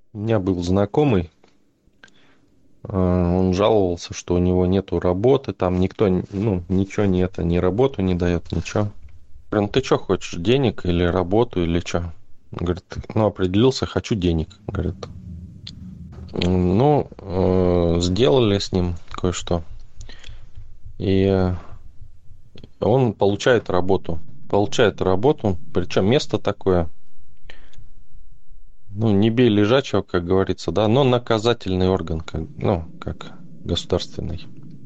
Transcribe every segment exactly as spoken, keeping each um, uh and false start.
У меня был знакомый, э, он жаловался, что у него нету работы, там никто, н- ну, ничего не это, ни работу не дает, ничего. Говорю, ну ты что хочешь, денег или работу, или что? Говорит, ну определился, хочу денег. Говорит, «М, ну, э, сделали с ним кое-что, и э, он получает работу. Получает работу, причем место такое, ну, не бей лежачего, как говорится, да, но наказательный орган, как, ну, как государственный.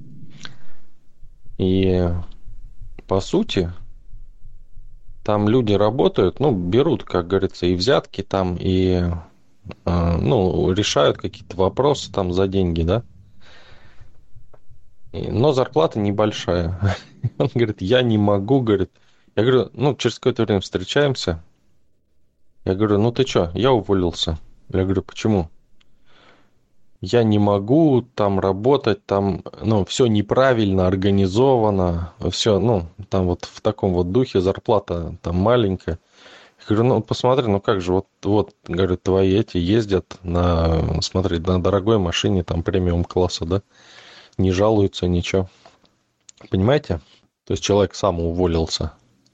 И по сути, там люди работают, ну, берут, как говорится, и взятки там, и, э, ну, решают какие-то вопросы там за деньги, да. И- но зарплата небольшая. Он говорит, я не могу, говорит. Я говорю, ну, через какое-то время встречаемся. Я говорю, ну ты что, я уволился. Я говорю, почему? Я не могу там работать, там, ну, все неправильно организовано, все, ну, там вот в таком вот духе зарплата там маленькая. Я говорю, ну посмотри, ну как же, вот, вот, говорю, твои эти ездят на, смотри, на дорогой машине, там, премиум класса, да, не жалуются, ничего. Понимаете? То есть человек сам уволился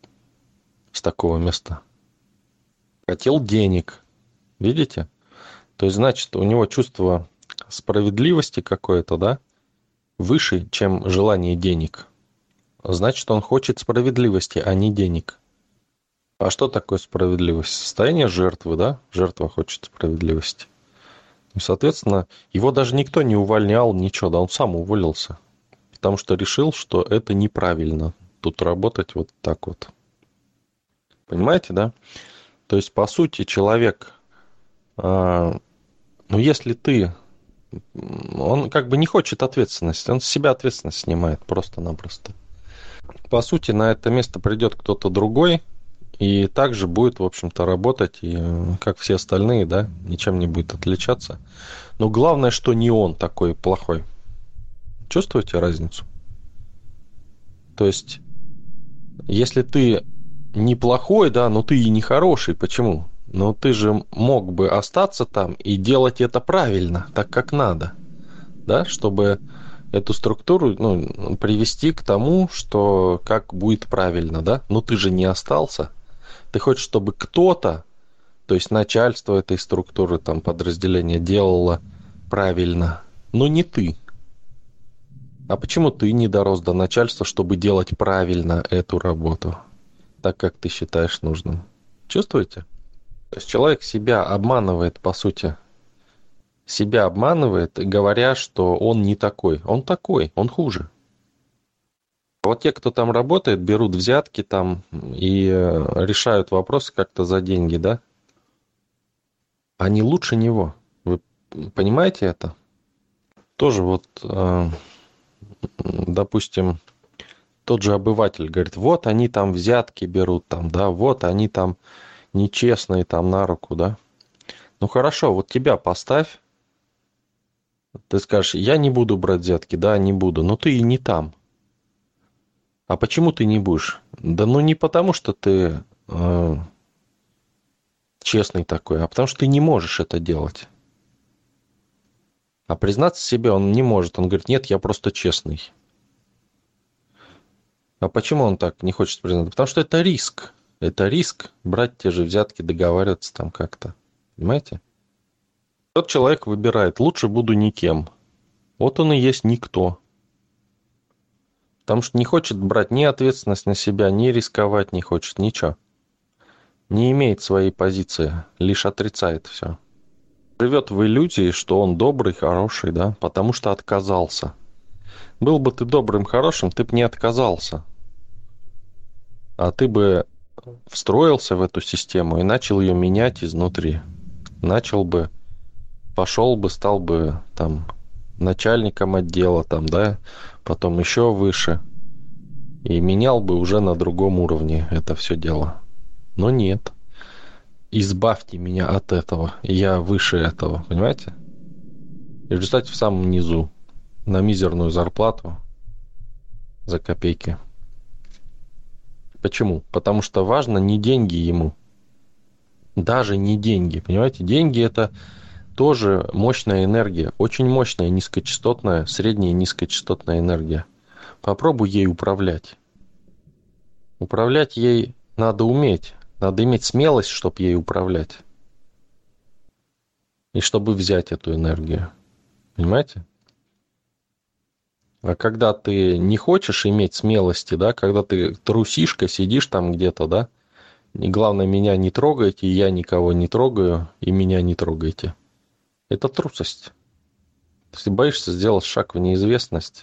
с такого места. Хотел денег, видите? То есть, значит, у него чувство справедливости какое-то, да, выше, чем желание денег. Значит, он хочет справедливости, а не денег. А что такое справедливость? Состояние жертвы, да? Жертва хочет справедливости. И, соответственно, его даже никто не увольнял, ничего, да, он сам уволился. Потому что решил, что это неправильно. Тут работать вот так вот. Понимаете, да? То есть, по сути, человек, а, ну, если ты, он как бы не хочет ответственности, он с себя ответственность снимает просто-напросто. По сути, на это место придет кто-то другой, и также будет, в общем-то, работать, и э, как все остальные, да, ничем не будет отличаться. Но главное, что не он такой плохой. Чувствуете разницу? То есть, если ты неплохой, да, но ты и не хороший, почему? Но ты же мог бы остаться там и делать это правильно, так как надо, да, чтобы эту структуру, ну, привести к тому, что как будет правильно, да. Но ты же не остался. Ты хочешь, чтобы кто-то, то есть начальство этой структуры, там, подразделения делало правильно, но не ты. А почему ты не дорос до начальства, чтобы делать правильно эту работу, так как ты считаешь нужным? Чувствуете? То есть человек себя обманывает, по сути. Себя обманывает, говоря, что он не такой. Он такой, он хуже. Вот те, кто там работает, берут взятки там и э, решают вопросы как-то за деньги, да? Они лучше него. Вы понимаете это? Тоже вот, э, допустим, тот же обыватель говорит, вот они там взятки берут, там, да, вот они там нечестные там на руку, да. Ну хорошо, вот тебя поставь, ты скажешь, я не буду брать взятки, да, не буду, но ты и не там. А почему ты не будешь? Да ну не потому, что ты э, честный такой, а потому что ты не можешь это делать. А признаться себе он не может. Он говорит, нет, я просто честный. А почему он так не хочет признать? Потому что это риск. Это риск брать те же взятки, договариваться там как-то. Понимаете? Тот человек выбирает, лучше буду никем. Вот он и есть никто. Потому что не хочет брать ни ответственность на себя, ни рисковать не хочет, ничего. Не имеет своей позиции, лишь отрицает все. Живет в иллюзии, что он добрый, хороший, да, потому что отказался. Был бы ты добрым, хорошим, ты бы не отказался. А ты бы встроился в эту систему и начал ее менять изнутри. Начал бы, пошел бы, стал бы там начальником отдела, там, да, потом еще выше. И менял бы уже на другом уровне это все дело. Но нет. Избавьте меня от этого. Я выше этого, понимаете? И в результате в самом низу. На мизерную зарплату за копейки. Почему? Потому что важно не деньги ему. Даже не деньги, понимаете? Деньги это тоже мощная энергия, очень мощная низкочастотная, средняя низкочастотная энергия. Попробуй ей управлять. Управлять ей надо уметь, надо иметь смелость, чтобы ей управлять. И чтобы взять эту энергию. Понимаете? А когда ты не хочешь иметь смелости, да, когда ты трусишка, сидишь там где-то, да, и главное, меня не трогайте, и я никого не трогаю, и меня не трогайте. Это трусость. Ты боишься сделать шаг в неизвестность,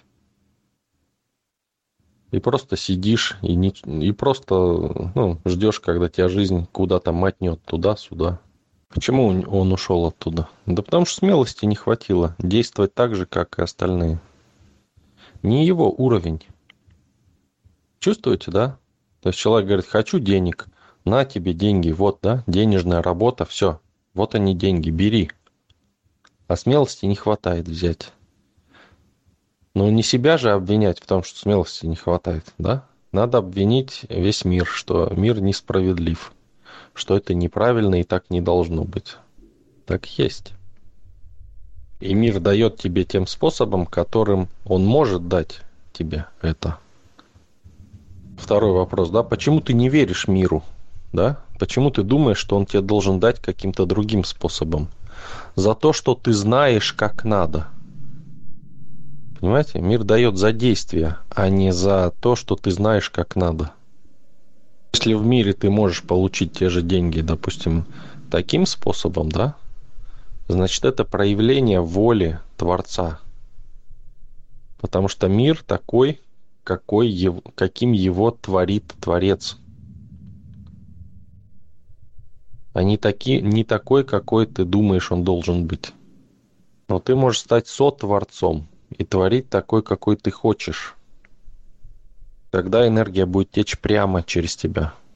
и просто сидишь, и, не, и просто ну, ждешь, когда тебя жизнь куда-то мотнет туда-сюда. Почему он он ушел оттуда? Да потому что смелости не хватило действовать так же, как и остальные. Не его уровень. Чувствуете, да? То есть человек говорит, хочу денег, на тебе деньги, вот, да, денежная работа, все, вот они деньги, бери. А смелости не хватает взять. Но не себя же обвинять в том, что смелости не хватает, да? Надо обвинить весь мир, что мир несправедлив, что это неправильно и так не должно быть. Так есть. И мир дает тебе тем способом, которым он может дать тебе это. Второй вопрос, да, почему ты не веришь миру, да? Почему ты думаешь, что он тебе должен дать каким-то другим способом? За то, что ты знаешь, как надо. Понимаете? Мир дает за действие, а не за то, что ты знаешь, как надо. Если в мире ты можешь получить те же деньги, допустим, таким способом, да, значит, это проявление воли Творца. Потому что мир такой, какой его, каким его творит Творец. А не, таки, не такой, какой ты думаешь, он должен быть. Но ты можешь стать сотворцом и творить такой, какой ты хочешь. Тогда энергия будет течь прямо через тебя.